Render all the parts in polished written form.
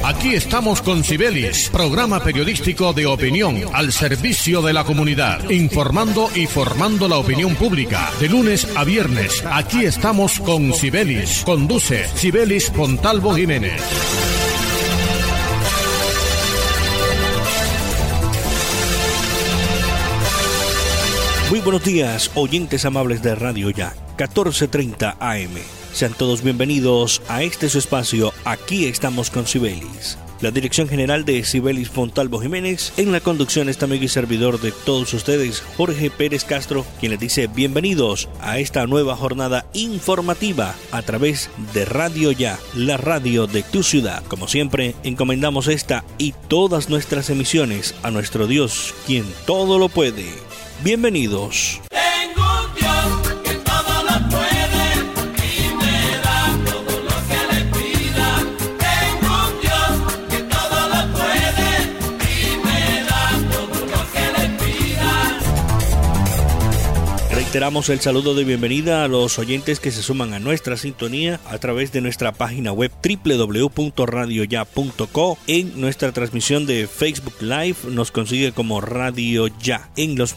Aquí estamos con Cibelis, programa periodístico de opinión al servicio de la comunidad, informando y formando la opinión pública. De lunes a viernes, aquí estamos con Cibelis. Conduce Cibelis Fontalvo Jiménez. Muy buenos días, oyentes amables de Radio Ya, 14:30 AM. Sean todos bienvenidos a este su espacio. Aquí estamos con Cibelis. La dirección general de Cibelis Fontalvo Jiménez. En la conducción está amigo y servidor de todos ustedes, Jorge Pérez Castro, quien les dice bienvenidos a esta nueva jornada informativa a través de Radio Ya, la radio de tu ciudad. Como siempre, encomendamos esta y todas nuestras emisiones a nuestro Dios, quien todo lo puede. Bienvenidos. Tengo un Dios que todo lo puede y me da todo lo que le pida. Tengo un Dios que todo lo puede y me da todo lo que le pida. Reiteramos el saludo de bienvenida a los oyentes que se suman a nuestra sintonía a través de nuestra página web www.radioya.co. En nuestra transmisión de Facebook Live nos consigue como Radio Ya en los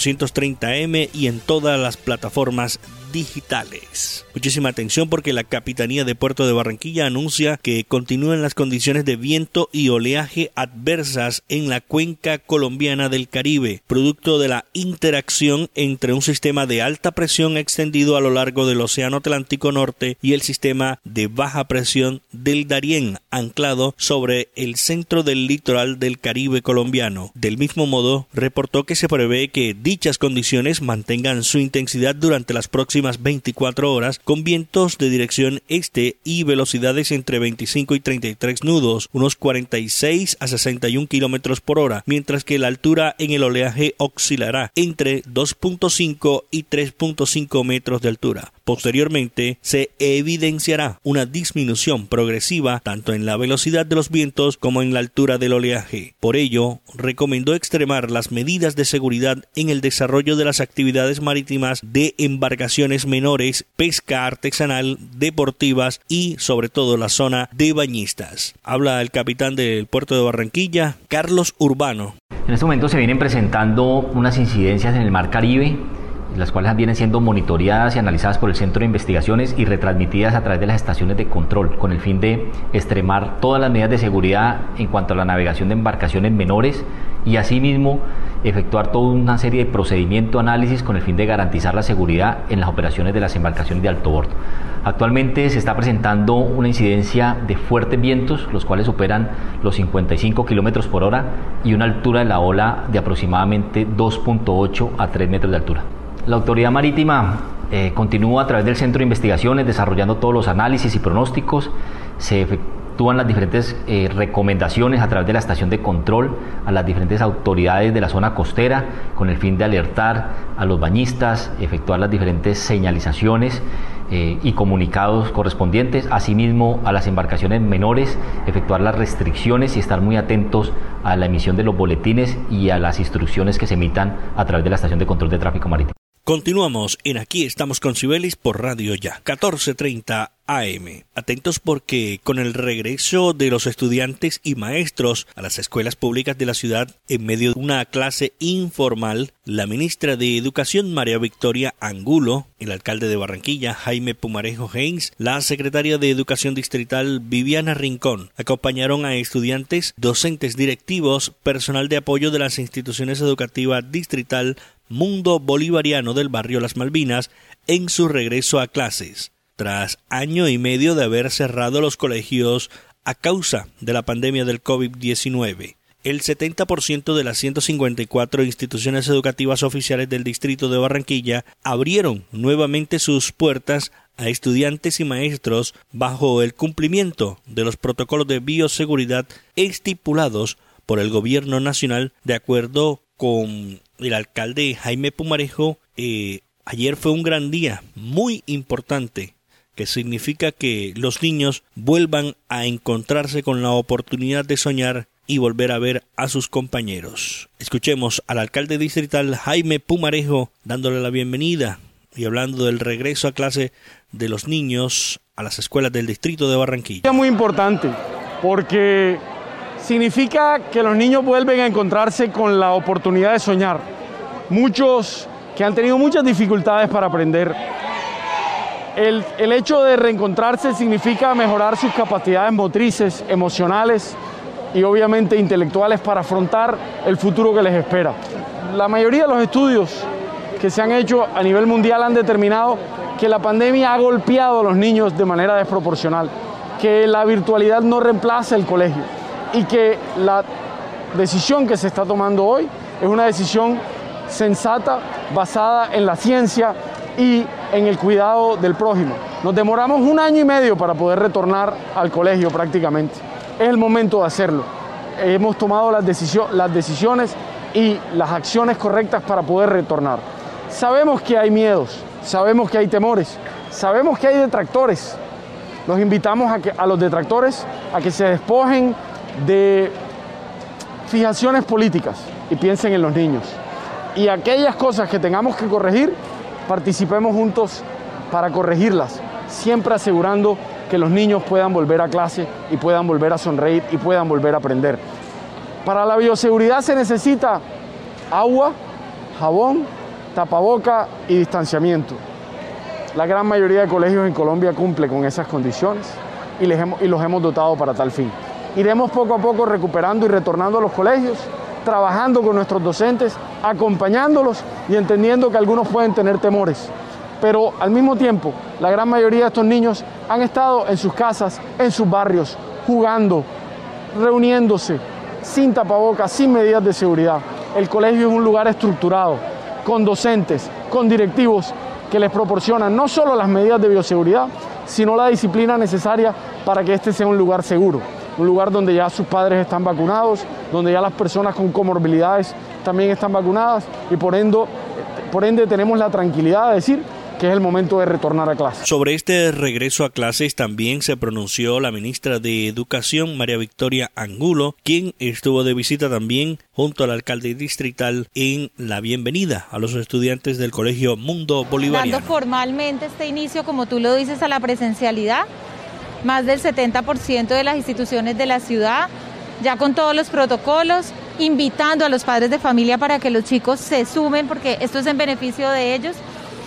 1430M y en todas las plataformas digitales. Muchísima atención porque la Capitanía de Puerto de Barranquilla anuncia que continúan las condiciones de viento y oleaje adversas en la cuenca colombiana del Caribe, producto de la interacción entre un sistema de alta presión extendido a lo largo del Océano Atlántico Norte y el sistema de baja presión del Darién, anclado sobre el centro del litoral del Caribe colombiano. Del mismo modo, reportó que se prevé que dichas condiciones mantengan su intensidad durante las próximas 24 horas, con vientos de dirección este y velocidades entre 25 y 33 nudos, unos 46 a 61 kilómetros por hora, mientras que la altura en el oleaje oscilará entre 2.5 y 3.5 metros de altura. Posteriormente, se evidenciará una disminución progresiva tanto en la velocidad de los vientos como en la altura del oleaje. Por ello, recomendó extremar las medidas de seguridad en el desarrollo de las actividades marítimas de embarcaciones menores, pesca artesanal, deportivas y sobre todo la zona de bañistas. Habla el capitán del puerto de Barranquilla, Carlos Urbano. En este momento se vienen presentando unas incidencias en el Mar Caribe, las cuales vienen siendo monitoreadas y analizadas por el Centro de Investigaciones y retransmitidas a través de las estaciones de control, con el fin de extremar todas las medidas de seguridad en cuanto a la navegación de embarcaciones menores y asimismo efectuar toda una serie de procedimientos, análisis con el fin de garantizar la seguridad en las operaciones de las embarcaciones de alto bordo. Actualmente se está presentando una incidencia de fuertes vientos, los cuales superan los 55 kilómetros por hora y una altura de la ola de aproximadamente 2.8 a 3 metros de altura. La autoridad marítima continúa a través del Centro de Investigaciones desarrollando todos los análisis y pronósticos. Se efectúan las diferentes recomendaciones a través de la estación de control a las diferentes autoridades de la zona costera con el fin de alertar a los bañistas, efectuar las diferentes señalizaciones y comunicados correspondientes, asimismo a las embarcaciones menores, efectuar las restricciones y estar muy atentos a la emisión de los boletines y a las instrucciones que se emitan a través de la estación de control de tráfico marítimo. Continuamos en Aquí estamos con Cibelis por Radio Ya, 14:30 AM. Atentos porque con el regreso de los estudiantes y maestros a las escuelas públicas de la ciudad en medio de una clase informal, la ministra de Educación María Victoria Angulo, el alcalde de Barranquilla Jaime Pumarejo Haynes, la secretaria de Educación Distrital Viviana Rincón, acompañaron a estudiantes, docentes directivos, personal de apoyo de las instituciones educativas distrital Mundo Bolivariano del barrio Las Malvinas en su regreso a clases. Tras año y medio de haber cerrado los colegios a causa de la pandemia del COVID-19, el 70% de las 154 instituciones educativas oficiales del distrito de Barranquilla abrieron nuevamente sus puertas a estudiantes y maestros bajo el cumplimiento de los protocolos de bioseguridad estipulados por el gobierno nacional. De acuerdo con el alcalde Jaime Pumarejo, ayer fue un gran día, muy importante, que significa que los niños vuelvan a encontrarse con la oportunidad de soñar y volver a ver a sus compañeros. Escuchemos al alcalde distrital Jaime Pumarejo dándole la bienvenida y hablando del regreso a clase de los niños a las escuelas del distrito de Barranquilla. Muy importante, porque significa que los niños vuelven a encontrarse con la oportunidad de soñar. Muchos que han tenido muchas dificultades para aprender. El hecho de reencontrarse significa mejorar sus capacidades motrices, emocionales y obviamente intelectuales para afrontar el futuro que les espera. La mayoría de los estudios que se han hecho a nivel mundial han determinado que la pandemia ha golpeado a los niños de manera desproporcional, que la virtualidad no reemplaza el colegio y que la decisión que se está tomando hoy es una decisión sensata, basada en la ciencia y en el cuidado del prójimo. Nos demoramos 1 año y medio para poder retornar al colegio prácticamente. Es el momento de hacerlo. Hemos tomado las decisiones y las acciones correctas para poder retornar. Sabemos que hay miedos, sabemos que hay temores, sabemos que hay detractores. Los invitamos a los detractores a que se despojen de fijaciones políticas y piensen en los niños. Y aquellas cosas que tengamos que corregir, participemos juntos para corregirlas, siempre asegurando que los niños puedan volver a clase y puedan volver a sonreír y puedan volver a aprender. Para la bioseguridad se necesita agua, jabón, tapaboca y distanciamiento. La gran mayoría de colegios en Colombia cumple con esas condiciones y los hemos dotado para tal fin. Iremos poco a poco recuperando y retornando a los colegios, trabajando con nuestros docentes, acompañándolos y entendiendo que algunos pueden tener temores. Pero al mismo tiempo, la gran mayoría de estos niños han estado en sus casas, en sus barrios, jugando, reuniéndose, sin tapabocas, sin medidas de seguridad. El colegio es un lugar estructurado, con docentes, con directivos que les proporcionan no solo las medidas de bioseguridad, sino la disciplina necesaria para que este sea un lugar seguro. Un lugar donde ya sus padres están vacunados, donde ya las personas con comorbilidades también están vacunadas y por ende tenemos la tranquilidad de decir que es el momento de retornar a clase. Sobre este regreso a clases también se pronunció la ministra de Educación, María Victoria Angulo, quien estuvo de visita también junto al alcalde distrital en la bienvenida a los estudiantes del Colegio Mundo Bolivariano. Dando formalmente este inicio, como tú lo dices, a la presencialidad, más del 70% de las instituciones de la ciudad, ya con todos los protocolos, invitando a los padres de familia para que los chicos se sumen, porque esto es en beneficio de ellos,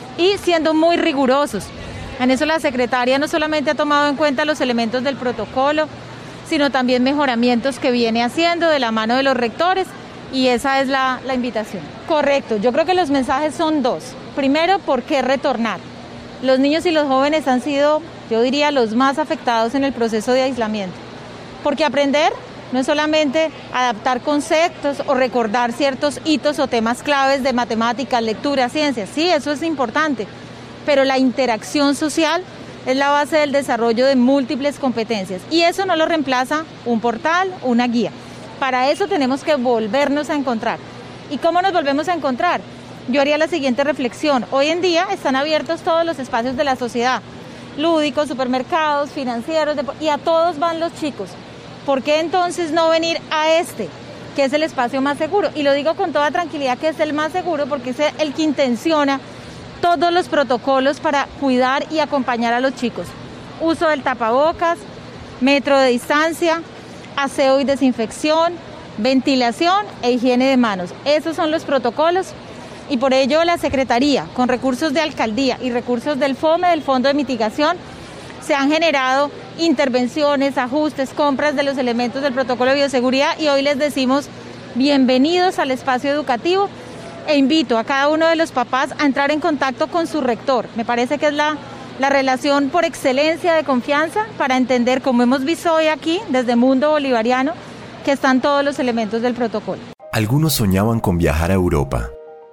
y siendo muy rigurosos. En eso la secretaria no solamente ha tomado en cuenta los elementos del protocolo, sino también mejoramientos que viene haciendo de la mano de los rectores, y esa es la invitación. Correcto, yo creo que los mensajes son dos. Primero, ¿por qué retornar? Los niños y los jóvenes han sido, yo diría, los más afectados en el proceso de aislamiento, porque aprender no es solamente adaptar conceptos o recordar ciertos hitos o temas claves de matemáticas, lectura, ciencias, sí, eso es importante, pero la interacción social es la base del desarrollo de múltiples competencias y eso no lo reemplaza un portal, una guía. Para eso tenemos que volvernos a encontrar. ¿Y cómo nos volvemos a encontrar? Yo haría la siguiente reflexión. Hoy en día están abiertos todos los espacios de la sociedad, lúdicos, supermercados, financieros, y a todos van los chicos. ¿Por qué entonces no venir a este, que es el espacio más seguro? Y lo digo con toda tranquilidad que es el más seguro porque es el que intenciona todos los protocolos para cuidar y acompañar a los chicos. Uso del tapabocas, metro de distancia, aseo y desinfección, ventilación e higiene de manos. Esos son los protocolos y por ello la Secretaría, con recursos de alcaldía y recursos del FOME, del Fondo de Mitigación, se han generado intervenciones, ajustes, compras de los elementos del protocolo de bioseguridad y hoy les decimos bienvenidos al espacio educativo e invito a cada uno de los papás a entrar en contacto con su rector. Me parece que es la relación por excelencia de confianza para entender, como hemos visto hoy aquí desde Mundo Bolivariano, que están todos los elementos del protocolo. Algunos soñaban con viajar a Europa,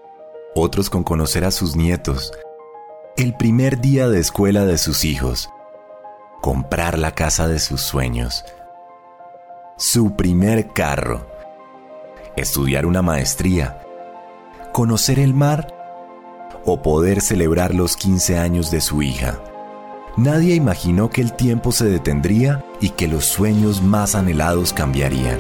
otros con conocer a sus nietos, el primer día de escuela de sus hijos, comprar la casa de sus sueños, su primer carro, estudiar una maestría, conocer el mar o poder celebrar los 15 años de su hija. Nadie imaginó que el tiempo se detendría y que los sueños más anhelados cambiarían.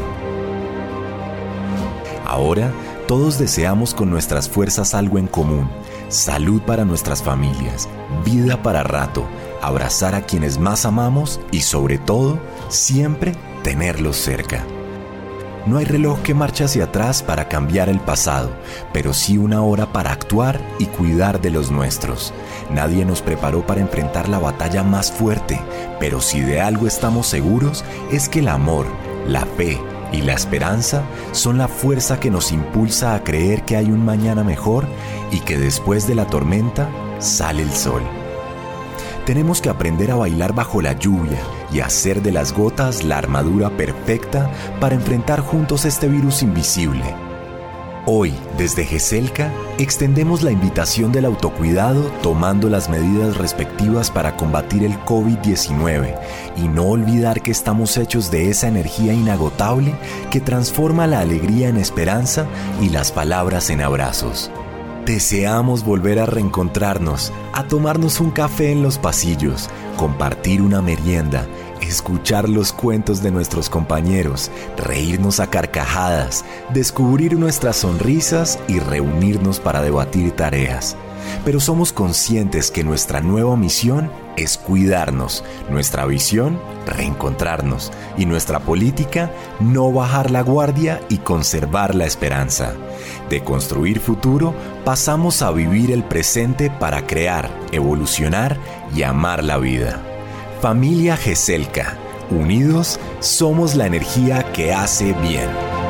Ahora, todos deseamos con nuestras fuerzas algo en común: salud para nuestras familias, vida para rato, abrazar a quienes más amamos y sobre todo, siempre tenerlos cerca. No hay reloj que marche hacia atrás para cambiar el pasado, pero sí una hora para actuar y cuidar de los nuestros. Nadie nos preparó para enfrentar la batalla más fuerte, pero si de algo estamos seguros es que el amor, la fe y la esperanza son la fuerza que nos impulsa a creer que hay un mañana mejor y que después de la tormenta sale el sol. Tenemos que aprender a bailar bajo la lluvia y hacer de las gotas la armadura perfecta para enfrentar juntos este virus invisible. Hoy, desde GESELCA, extendemos la invitación del autocuidado tomando las medidas respectivas para combatir el COVID-19 y no olvidar que estamos hechos de esa energía inagotable que transforma la alegría en esperanza y las palabras en abrazos. Deseamos volver a reencontrarnos, a tomarnos un café en los pasillos, compartir una merienda, escuchar los cuentos de nuestros compañeros, reírnos a carcajadas, descubrir nuestras sonrisas y reunirnos para debatir tareas. Pero somos conscientes que nuestra nueva misión es cuidarnos, nuestra visión, reencontrarnos, y nuestra política, no bajar la guardia y conservar la esperanza. De construir futuro, pasamos a vivir el presente para crear, evolucionar y amar la vida. Familia GESELCA, unidos somos la energía que hace bien.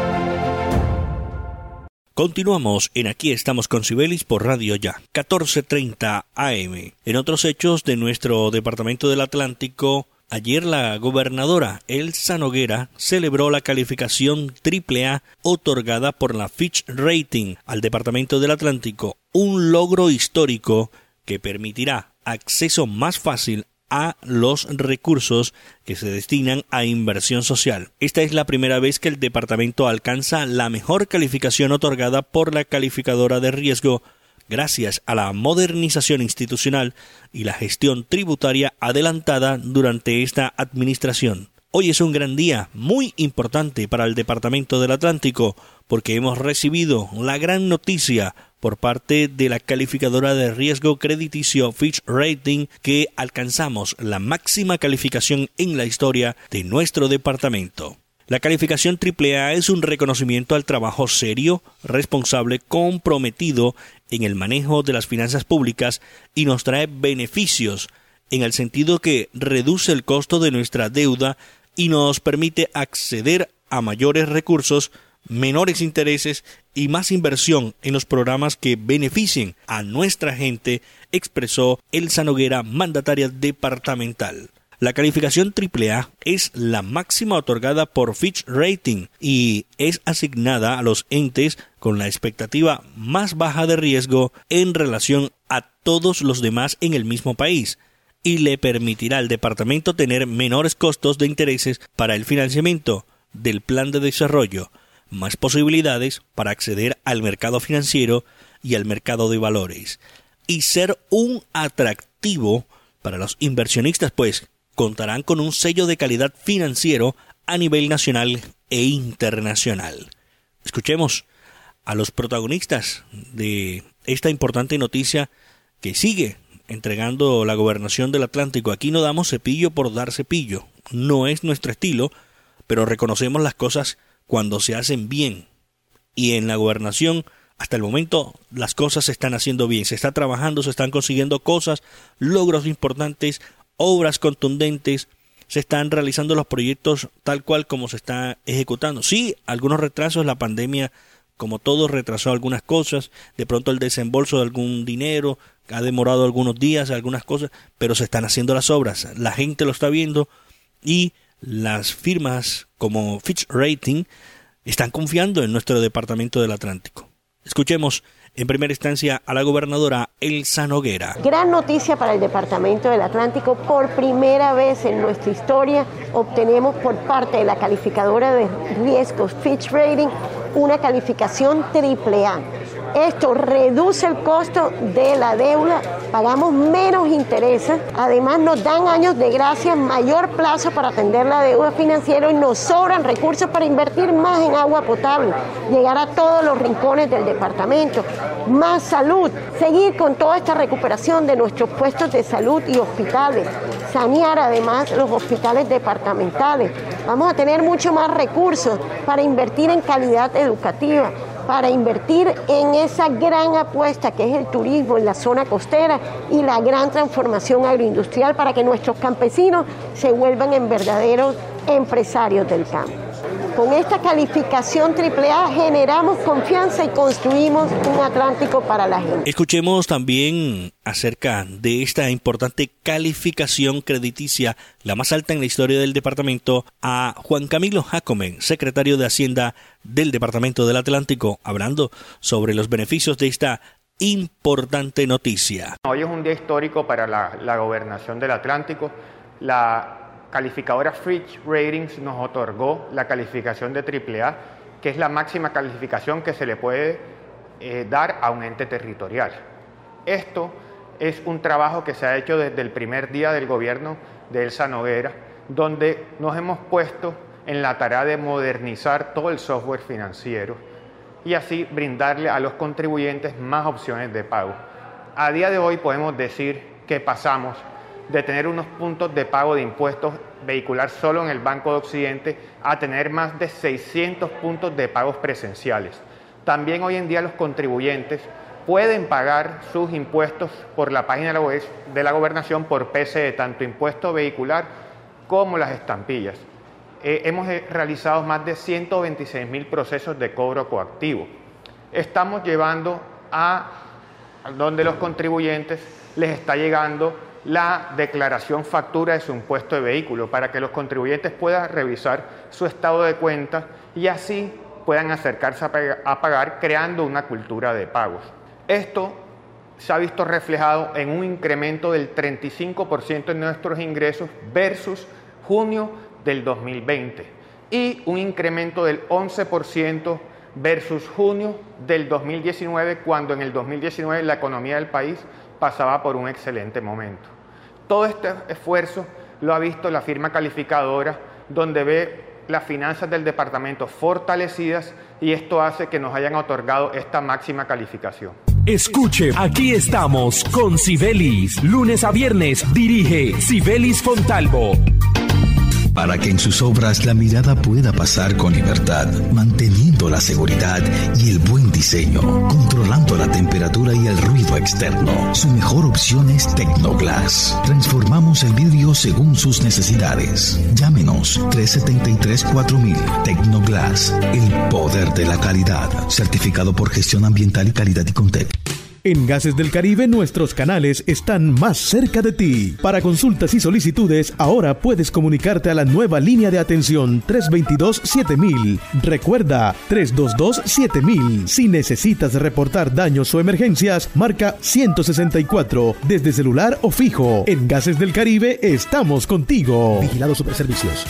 Continuamos en Aquí estamos con Sibelis por Radio Ya, 14:30 AM. En otros hechos de nuestro departamento del Atlántico, ayer la gobernadora Elsa Noguera celebró la calificación AAA otorgada por la Fitch Rating al departamento del Atlántico, un logro histórico que permitirá acceso más fácil a los recursos que se destinan a inversión social. Esta es la primera vez que el departamento alcanza la mejor calificación otorgada por la calificadora de riesgo gracias a la modernización institucional y la gestión tributaria adelantada durante esta administración. Hoy es un gran día, muy importante para el departamento del Atlántico, porque hemos recibido la gran noticia por parte de la calificadora de riesgo crediticio Fitch Rating que alcanzamos la máxima calificación en la historia de nuestro departamento. La calificación AAA es un reconocimiento al trabajo serio, responsable, comprometido en el manejo de las finanzas públicas y nos trae beneficios en el sentido que reduce el costo de nuestra deuda y nos permite acceder a mayores recursos, menores intereses y más inversión en los programas que beneficien a nuestra gente, expresó Elsa Noguera, mandataria departamental. La calificación AAA es la máxima otorgada por Fitch Rating y es asignada a los entes con la expectativa más baja de riesgo en relación a todos los demás en el mismo país y le permitirá al departamento tener menores costos de intereses para el financiamiento del plan de desarrollo, más posibilidades para acceder al mercado financiero y al mercado de valores, y ser un atractivo para los inversionistas, pues contarán con un sello de calidad financiero a nivel nacional e internacional. Escuchemos a los protagonistas de esta importante noticia que sigue entregando la gobernación del Atlántico. Aquí no damos cepillo por dar cepillo, no es nuestro estilo, pero reconocemos las cosas cuando se hacen bien, y en la gobernación hasta el momento las cosas se están haciendo bien, se está trabajando, se están consiguiendo cosas, logros importantes, obras contundentes, se están realizando los proyectos tal cual como se está ejecutando. Sí, algunos retrasos, la pandemia como todo retrasó algunas cosas, de pronto el desembolso de algún dinero ha demorado algunos días, algunas cosas, pero se están haciendo las obras, la gente lo está viendo y las firmas como Fitch Rating están confiando en nuestro departamento del Atlántico. Escuchemos en primera instancia a la gobernadora Elsa Noguera. Gran noticia para el departamento del Atlántico. Por primera vez en nuestra historia obtenemos por parte de la calificadora de riesgos Fitch Rating una calificación AAA. Esto reduce el costo de la deuda, pagamos menos intereses, además nos dan años de gracia, mayor plazo para atender la deuda financiera y nos sobran recursos para invertir más en agua potable, llegar a todos los rincones del departamento, más salud, seguir con toda esta recuperación de nuestros puestos de salud y hospitales, sanear además los hospitales departamentales. Vamos a tener mucho más recursos para invertir en calidad educativa, para invertir en esa gran apuesta que es el turismo en la zona costera y la gran transformación agroindustrial para que nuestros campesinos se vuelvan en verdaderos empresarios del campo. Con esta calificación AAA generamos confianza y construimos un Atlántico para la gente. Escuchemos también acerca de esta importante calificación crediticia, la más alta en la historia del departamento, a Juan Camilo Jacomen, secretario de Hacienda del Departamento del Atlántico, hablando sobre los beneficios de esta importante noticia. Hoy es un día histórico para la gobernación del Atlántico. La calificadora Fitch Ratings nos otorgó la calificación de AAA, que es la máxima calificación que se le puede dar a un ente territorial. Esto es un trabajo que se ha hecho desde el primer día del gobierno de Elsa Noguera, donde nos hemos puesto en la tarea de modernizar todo el software financiero y así brindarle a los contribuyentes más opciones de pago. A día de hoy podemos decir que pasamos de tener unos puntos de pago de impuestos vehicular solo en el Banco de Occidente a tener más de 600 puntos de pagos presenciales. También hoy en día los contribuyentes pueden pagar sus impuestos por la página de la gobernación por PCE, tanto impuesto vehicular como las estampillas. Hemos realizado más de 126.000 procesos de cobro coactivo. Estamos llevando a donde los contribuyentes les está llegando la declaración factura de su impuesto de vehículo para que los contribuyentes puedan revisar su estado de cuenta y así puedan acercarse a pagar, creando una cultura de pagos. Esto se ha visto reflejado en un incremento del 35% en nuestros ingresos versus junio del 2020 y un incremento del 11% versus junio del 2019, cuando en el 2019 la economía del país pasaba por un excelente momento. Todo este esfuerzo lo ha visto la firma calificadora, donde ve las finanzas del departamento fortalecidas y esto hace que nos hayan otorgado esta máxima calificación. Escuche, aquí estamos con Sibelis. Lunes a viernes dirige Sibelis Fontalvo. Para que en sus obras la mirada pueda pasar con libertad, manteniendo la seguridad y el buen diseño, controlando la temperatura y el ruido externo. Su mejor opción es Tecnoglass. Transformamos el vidrio según sus necesidades. Llámenos 373-4000. Tecnoglass, el poder de la calidad. Certificado por Gestión Ambiental y Calidad y Contec. En Gases del Caribe nuestros canales están más cerca de ti. Para consultas y solicitudes, ahora puedes comunicarte a la nueva línea de atención 322-7000. Recuerda, 322-7000. Si necesitas reportar daños o emergencias, marca 164 desde celular o fijo. En Gases del Caribe estamos contigo. Vigilado Superservicios.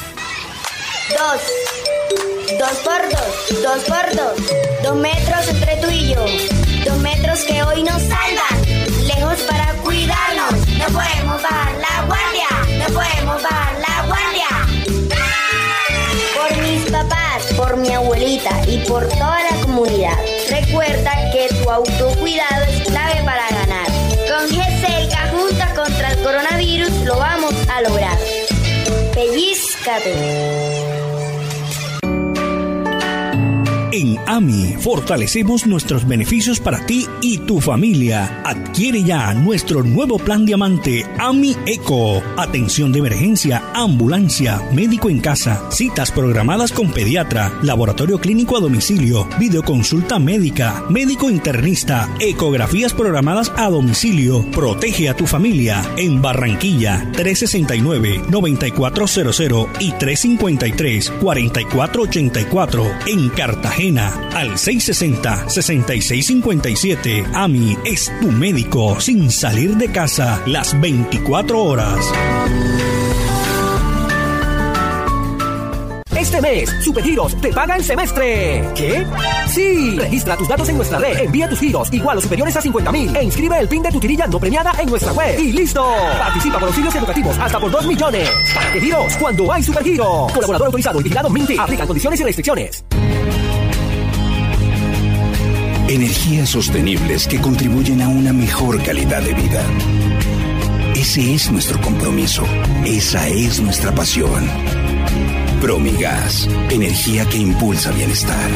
2 metros entre tú y yo. 2 metros que hoy nos salvan, lejos para cuidarnos. No podemos bajar la guardia, no podemos bajar la guardia. Por mis papás, por mi abuelita y por toda la comunidad. Recuerda que tu autocuidado es clave para ganar. Con GESELCA juntas contra el coronavirus lo vamos a lograr. Pellízcate. En AMI fortalecemos nuestros beneficios para ti y tu familia. Adquiere ya nuestro nuevo plan Diamante AMI Eco. Atención de emergencia, ambulancia, médico en casa, citas programadas con pediatra, laboratorio clínico a domicilio, videoconsulta médica, médico internista, ecografías programadas a domicilio. Protege a tu familia. En Barranquilla, 369-9400 y 353-4484. En Cartagena, al 660-6657. AMI es tu médico sin salir de casa las 24 horas. Este mes, Supergiros te paga el semestre. ¿Qué? Sí. Registra tus datos en nuestra red, envía tus giros igual o superiores a 50.000 e inscribe el PIN de tu tirilla no premiada en nuestra web. ¡Y listo! Participa por auxilios educativos hasta por 2 millones. ¿Para qué giros? Cuando hay Supergiros. Colaborador autorizado y vigilado Minty. Aplican condiciones y restricciones. Energías sostenibles que contribuyen a una mejor calidad de vida. Ese es nuestro compromiso. Esa es nuestra pasión. Promigas, energía que impulsa bienestar.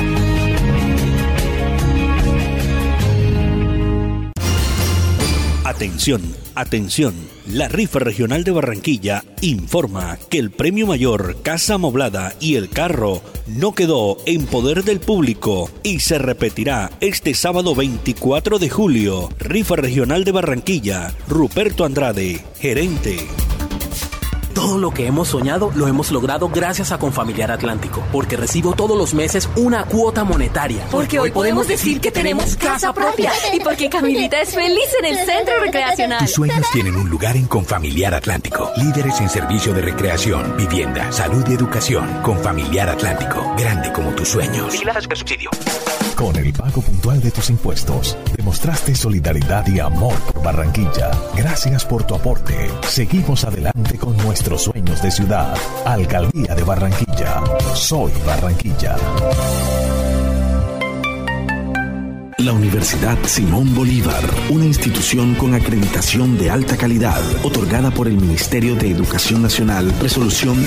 Atención, atención. La Rifa Regional de Barranquilla informa que el premio mayor Casa Amoblada y el carro no quedó en poder del público y se repetirá este sábado 24 de julio. Rifa Regional de Barranquilla. Ruperto Andrade, gerente. Todo lo que hemos soñado lo hemos logrado gracias a Confamiliar Atlántico, porque recibo todos los meses una cuota monetaria. Porque hoy podemos decir que tenemos casa propia y porque Camilita es feliz en el centro recreacional. Tus sueños tienen un lugar en Confamiliar Atlántico. Líderes en servicio de recreación, vivienda, salud y educación. Confamiliar Atlántico, grande como tus sueños. Vigilada Supersubsidio. Con el pago puntual de tus impuestos, demostraste solidaridad y amor por Barranquilla. Gracias por tu aporte. Seguimos adelante con nuestros sueños de ciudad. Alcaldía de Barranquilla. Soy Barranquilla. La Universidad Simón Bolívar, una institución con acreditación de alta calidad, otorgada por el Ministerio de Educación Nacional, resolución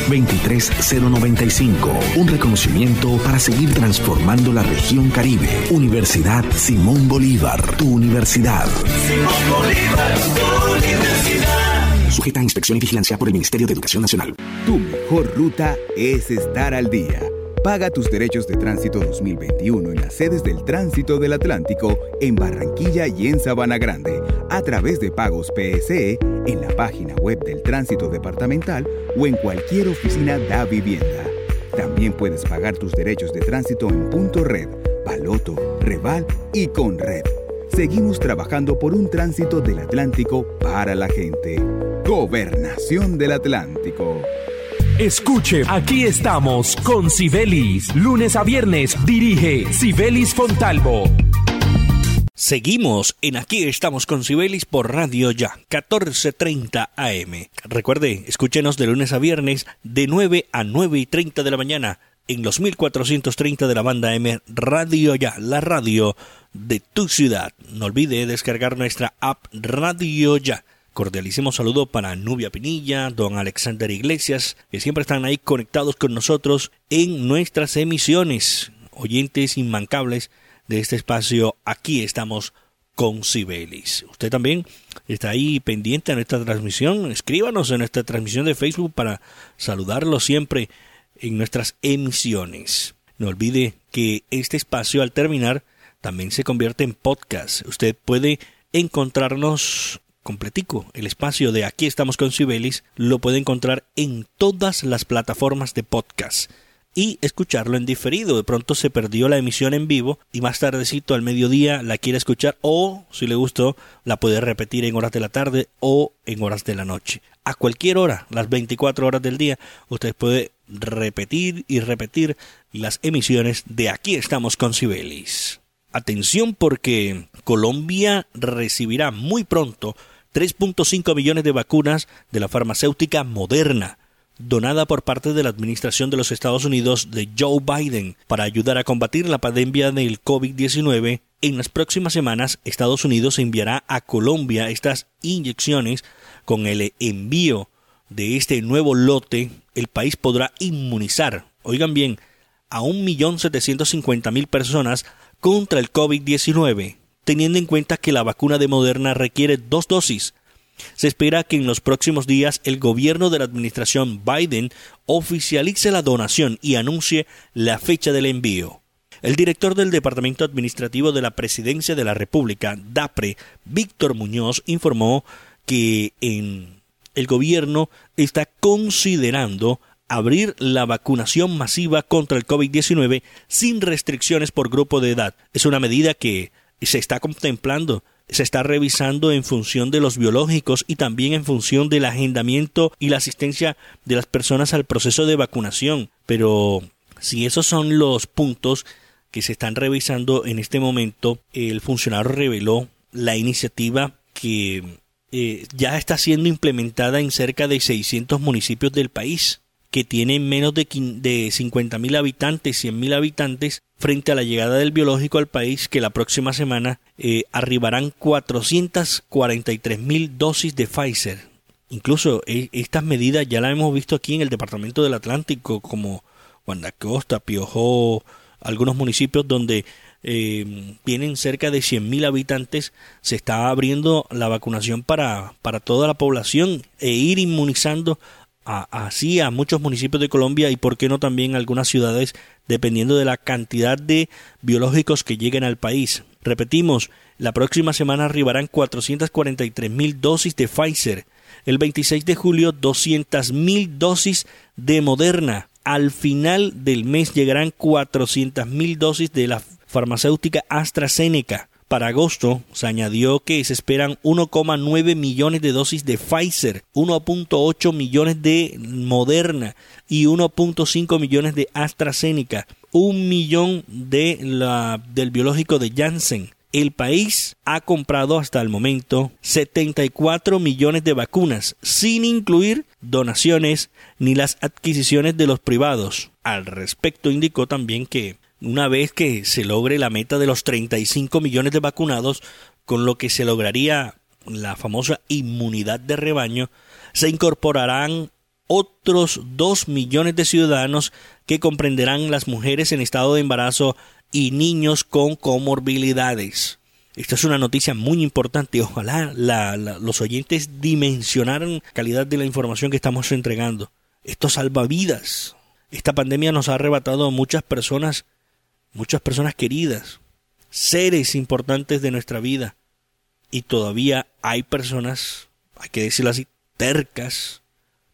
23095, un reconocimiento para seguir transformando la región Caribe. Universidad Simón Bolívar, tu universidad. Simón Bolívar, tu universidad. Sujeta a inspección y vigilancia por el Ministerio de Educación Nacional. Tu mejor ruta es estar al día. Paga tus derechos de tránsito 2021 en las sedes del Tránsito del Atlántico, en Barranquilla y en Sabana Grande, a través de pagos PSE, en la página web del Tránsito Departamental o en cualquier oficina Da Vivienda. También puedes pagar tus derechos de tránsito en Punto Red, Baloto, Reval y Conred. Seguimos trabajando por un tránsito del Atlántico para la gente. Gobernación del Atlántico. Escuche, aquí estamos con Sibelis. Lunes a viernes dirige Sibelis Fontalvo. Seguimos en Aquí Estamos con Sibelis por Radio Ya, 14:30 AM. Recuerde, escúchenos de lunes a viernes de 9 a 9:30 de la mañana en los 1430 de la banda M Radio Ya, la radio de tu ciudad. No olvide descargar nuestra app Radio Ya. Cordialísimo saludo para Nubia Pinilla, don Alexander Iglesias, que siempre están ahí conectados con nosotros en nuestras emisiones. Oyentes inmancables de este espacio, Aquí Estamos con Sibelis. Usted también está ahí pendiente a nuestra transmisión. Escríbanos en nuestra transmisión de Facebook para saludarlo siempre en nuestras emisiones. No olvide que este espacio al terminar también se convierte en podcast. Usted puede encontrarnos completico. El espacio de Aquí Estamos con Sibelis lo puede encontrar en todas las plataformas de podcast y escucharlo en diferido. De pronto se perdió la emisión en vivo y más tardecito al mediodía la quiere escuchar, o si le gustó la puede repetir en horas de la tarde o en horas de la noche. A cualquier hora, las 24 horas del día, usted puede repetir y repetir las emisiones de Aquí Estamos con Sibelis. Atención, porque Colombia recibirá muy pronto 3.5 millones de vacunas de la farmacéutica Moderna, donada por parte de la administración de los Estados Unidos de Joe Biden para ayudar a combatir la pandemia del COVID-19. En las próximas semanas, Estados Unidos enviará a Colombia estas inyecciones. Con el envío de este nuevo lote, el país podrá inmunizar, oigan bien, a 1.750.000 personas contra el COVID-19, teniendo en cuenta que la vacuna de Moderna requiere 2 dosis. Se espera que en los próximos días el gobierno de la administración Biden oficialice la donación y anuncie la fecha del envío. El director del Departamento Administrativo de la Presidencia de la República, DAPRE, Víctor Muñoz, informó que el gobierno está considerando abrir la vacunación masiva contra el COVID-19 sin restricciones por grupo de edad. Es una medida que se está contemplando se está revisando en función de los biológicos y también en función del agendamiento y la asistencia de las personas al proceso de vacunación. Pero si esos son los puntos que se están revisando en este momento, el funcionario reveló la iniciativa que ya está siendo implementada en cerca de 600 municipios del país, que tienen menos de 50.000 habitantes, 100.000 habitantes, frente a la llegada del biológico al país, que la próxima semana arribarán 443.000 dosis de Pfizer. Incluso estas medidas ya las hemos visto aquí en el departamento del Atlántico, como Guanacosta, Piojó, algunos municipios donde tienen cerca de 100.000 habitantes. Se está abriendo la vacunación para toda la población e ir inmunizando así a muchos municipios de Colombia y por qué no también algunas ciudades, dependiendo de la cantidad de biológicos que lleguen al país. Repetimos, la próxima semana arribarán 443.000 dosis de Pfizer. El 26 de julio 200.000 dosis de Moderna. Al final del mes llegarán 400.000 dosis de la farmacéutica AstraZeneca. Para agosto se añadió que se esperan 1,9 millones de dosis de Pfizer, 1,8 millones de Moderna y 1,5 millones de AstraZeneca, 1 millón del biológico de Janssen. El país ha comprado hasta el momento 74 millones de vacunas, sin incluir donaciones ni las adquisiciones de los privados. Al respecto indicó también que una vez que se logre la meta de los 35 millones de vacunados, con lo que se lograría la famosa inmunidad de rebaño, se incorporarán otros 2 millones de ciudadanos que comprenderán las mujeres en estado de embarazo y niños con comorbilidades. Esta es una noticia muy importante. Ojalá los oyentes dimensionaran la calidad de la información que estamos entregando. Esto salva vidas. Esta pandemia nos ha arrebatado a muchas personas queridas, seres importantes de nuestra vida. Y todavía hay personas, hay que decirlo así, tercas.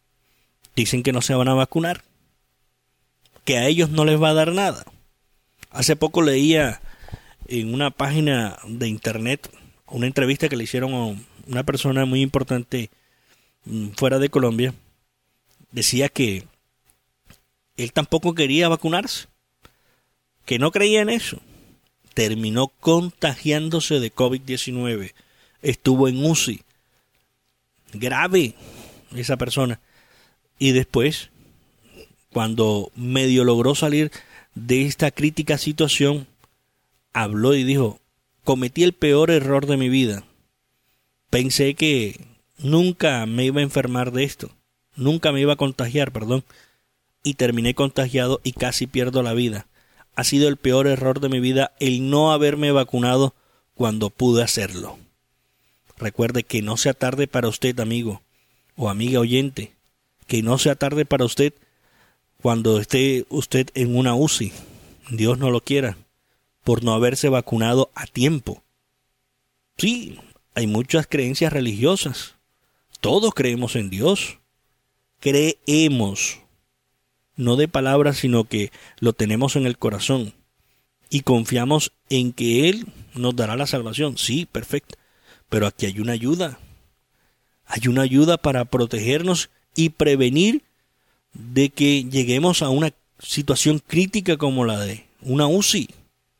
Dicen que no se van a vacunar, que a ellos no les va a dar nada. Hace poco leía en una página de internet una entrevista que le hicieron a una persona muy importante fuera de Colombia. Decía que él tampoco quería vacunarse, que no creía en eso. Terminó contagiándose de COVID-19. Estuvo en UCI. Grave esa persona. Y después, cuando medio logró salir de esta crítica situación, habló y dijo: cometí el peor error de mi vida. Pensé que nunca me iba a enfermar de esto. Nunca me iba a contagiar, y terminé contagiado y casi pierdo la vida. Ha sido el peor error de mi vida el no haberme vacunado cuando pude hacerlo. Recuerde que no sea tarde para usted, amigo o amiga oyente, que no sea tarde para usted cuando esté usted en una UCI, Dios no lo quiera, por no haberse vacunado a tiempo. Sí, hay muchas creencias religiosas. Todos creemos en Dios. Creemos. No de palabras, sino que lo tenemos en el corazón. Y confiamos en que Él nos dará la salvación. Sí, perfecto. Pero aquí hay una ayuda. Hay una ayuda para protegernos y prevenir de que lleguemos a una situación crítica como la de una UCI.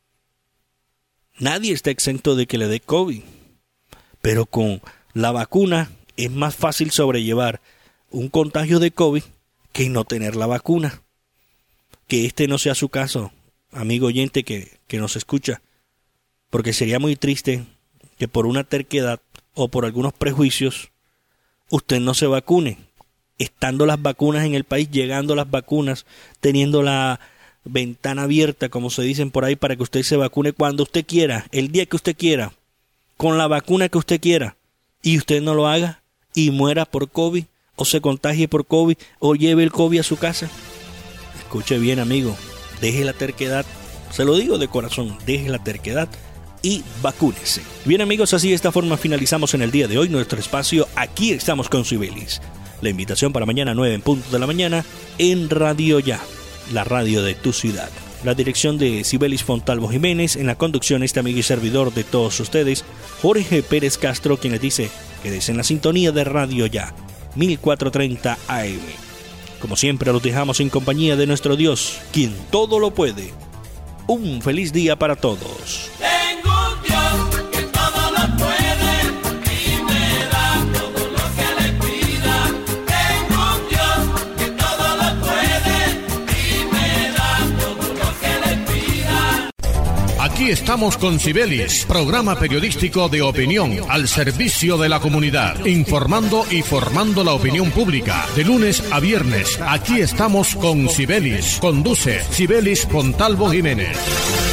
Nadie está exento de que le dé COVID. Pero con la vacuna es más fácil sobrellevar un contagio de COVID que no tener la vacuna. Que este no sea su caso, amigo oyente que nos escucha, porque sería muy triste que por una terquedad o por algunos prejuicios usted no se vacune, estando las vacunas en el país, llegando las vacunas, teniendo la ventana abierta, como se dicen por ahí, para que usted se vacune cuando usted quiera, el día que usted quiera, con la vacuna que usted quiera, y usted no lo haga y muera por COVID, o se contagie por COVID, o lleve el COVID a su casa. Escuche bien, amigo, deje la terquedad, se lo digo de corazón, deje la terquedad y vacúnese. Bien, amigos, así de esta forma finalizamos en el día de hoy nuestro espacio Aquí estamos con Sibelis. La invitación para mañana 9 en punto de la mañana en Radio Ya, la radio de tu ciudad. La dirección de Sibelis Fontalvo Jiménez, en la conducción este amigo y servidor de todos ustedes, Jorge Pérez Castro, quien les dice: quédese en la sintonía de Radio Ya, 1430 AM. Como siempre, los dejamos en compañía de nuestro Dios, quien todo lo puede. Un feliz día para todos. Tengo un Dios que todo lo puede y me da todo lo que le pida. Tengo un Dios que todo lo puede y me da todo lo que le pida. Aquí estamos con Cibelis, programa periodístico de opinión al servicio de la comunidad, informando y formando la opinión pública. De lunes a viernes, aquí estamos con Cibelis. Conduce Cibelis Fontalvo Jiménez.